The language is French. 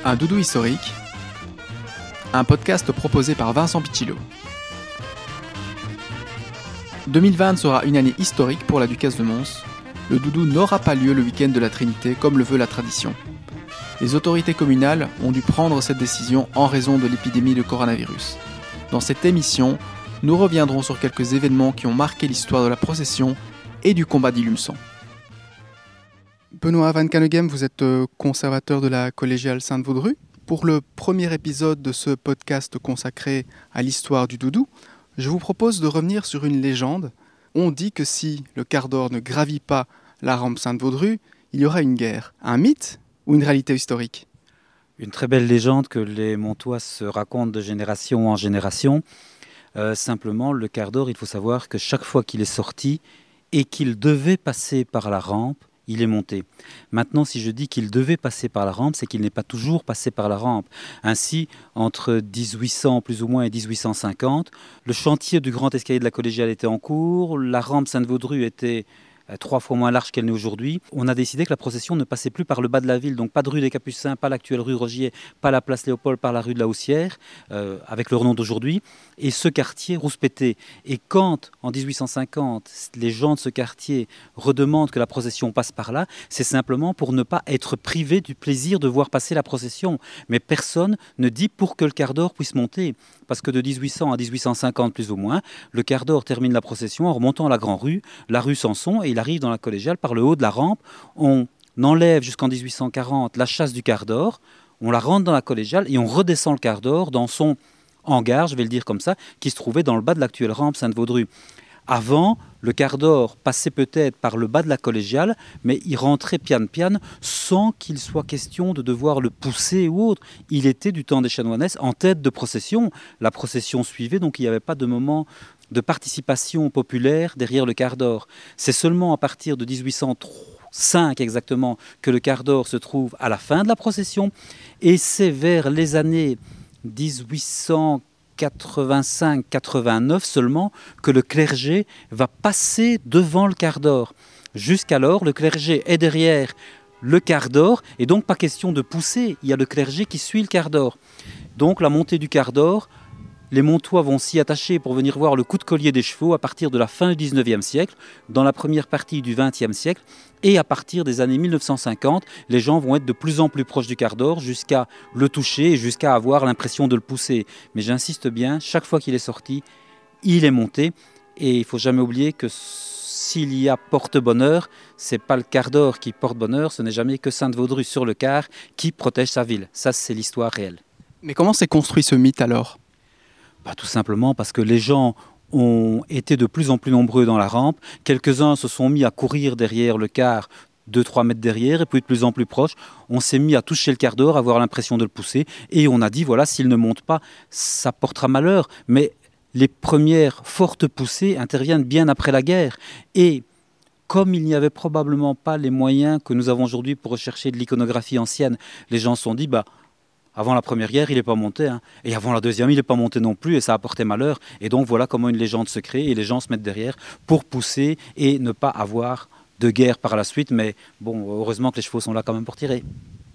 Un doudou historique, un podcast proposé par Vincent Piccillo. 2020 sera une année historique pour la Ducasse de Mons. Le doudou n'aura pas lieu le week-end de la Trinité comme le veut la tradition. Les autorités communales ont dû prendre cette décision en raison de l'épidémie de coronavirus. Dans cette émission, nous reviendrons sur quelques événements qui ont marqué l'histoire de la procession et du combat d'Ilumsan. Benoît Van Caneghem, vous êtes conservateur de la collégiale Sainte-Vaudrue. Pour le premier épisode de ce podcast consacré à l'histoire du doudou, je vous propose de revenir sur une légende. On dit que si le quart d'or ne gravit pas la rampe Sainte-Vaudrue, il y aura une guerre. Un mythe ou une réalité historique ? Une très belle légende que les Montois se racontent de génération en génération. Simplement, le quart d'or, il faut savoir que chaque fois qu'il est sorti et qu'il devait passer par la rampe, il est monté. Maintenant, si je dis qu'il devait passer par la rampe, c'est qu'il n'est pas toujours passé par la rampe. Ainsi, entre 1800 plus ou moins et 1850, le chantier du grand escalier de la collégiale était en cours, la rampe Sainte-Vaudrue était 3 fois moins large qu'elle n'est aujourd'hui. On a décidé que la procession ne passait plus par le bas de la ville, donc pas de rue des Capucins, pas l'actuelle rue Rogier, pas la place Léopold, par la rue de la Haussière, avec leur nom d'aujourd'hui, et ce quartier rouspété. Et quand, en 1850, les gens de ce quartier redemandent que la procession passe par là, c'est simplement pour ne pas être privé du plaisir de voir passer la procession. Mais personne ne dit pour que le quart d'or puisse monter. Parce que de 1800 à 1850 plus ou moins, le quart d'or termine la procession en remontant la Grand Rue, la rue Samson, et il arrive dans la collégiale par le haut de la rampe. On enlève jusqu'en 1840 la chasse du quart d'or, on la rentre dans la collégiale et on redescend le quart d'or dans son hangar, je vais le dire comme ça, qui se trouvait dans le bas de l'actuelle rampe Sainte-Vaudrue. Avant, le quart d'or passait peut-être par le bas de la collégiale, mais il rentrait piano-piano sans qu'il soit question de devoir le pousser ou autre. Il était du temps des chanoinesses en tête de procession. La procession suivait, donc il n'y avait pas de moment de participation populaire derrière le quart d'or. C'est seulement à partir de 1805 exactement que le quart d'or se trouve à la fin de la procession, et c'est vers les années 1885-89 seulement que le clergé va passer devant le quart d'or. Jusqu'alors, le clergé est derrière le quart d'or et donc pas question de pousser. Il y a le clergé qui suit le quart d'or. Donc la montée du quart d'or, les Montois vont s'y attacher pour venir voir le coup de collier des chevaux à partir de la fin du 19e siècle, dans la première partie du 20e siècle, et à partir des années 1950, les gens vont être de plus en plus proches du quart d'or jusqu'à le toucher et jusqu'à avoir l'impression de le pousser. Mais j'insiste bien, chaque fois qu'il est sorti, il est monté. Et il ne faut jamais oublier que s'il y a porte-bonheur, ce n'est pas le quart d'or qui porte bonheur, ce n'est jamais que Sainte-Vaudrue sur le quart qui protège sa ville. Ça, c'est l'histoire réelle. Mais comment s'est construit ce mythe alors ? Tout simplement parce que les gens ont été de plus en plus nombreux dans la rampe. Quelques-uns se sont mis à courir derrière le quart, 2-3 mètres derrière, et puis de plus en plus proche, on s'est mis à toucher le quart d'or, avoir l'impression de le pousser, et on a dit, voilà, s'il ne monte pas, ça portera malheur. Mais les premières fortes poussées interviennent bien après la guerre. Et comme il n'y avait probablement pas les moyens que nous avons aujourd'hui pour rechercher de l'iconographie ancienne, les gens se sont dit, avant la première guerre, il n'est pas monté. Et avant la deuxième, il n'est pas monté non plus. Et ça a porté malheur. Et donc, voilà comment une légende se crée. Et les gens se mettent derrière pour pousser et ne pas avoir de guerre par la suite. Mais bon, heureusement que les chevaux sont là quand même pour tirer.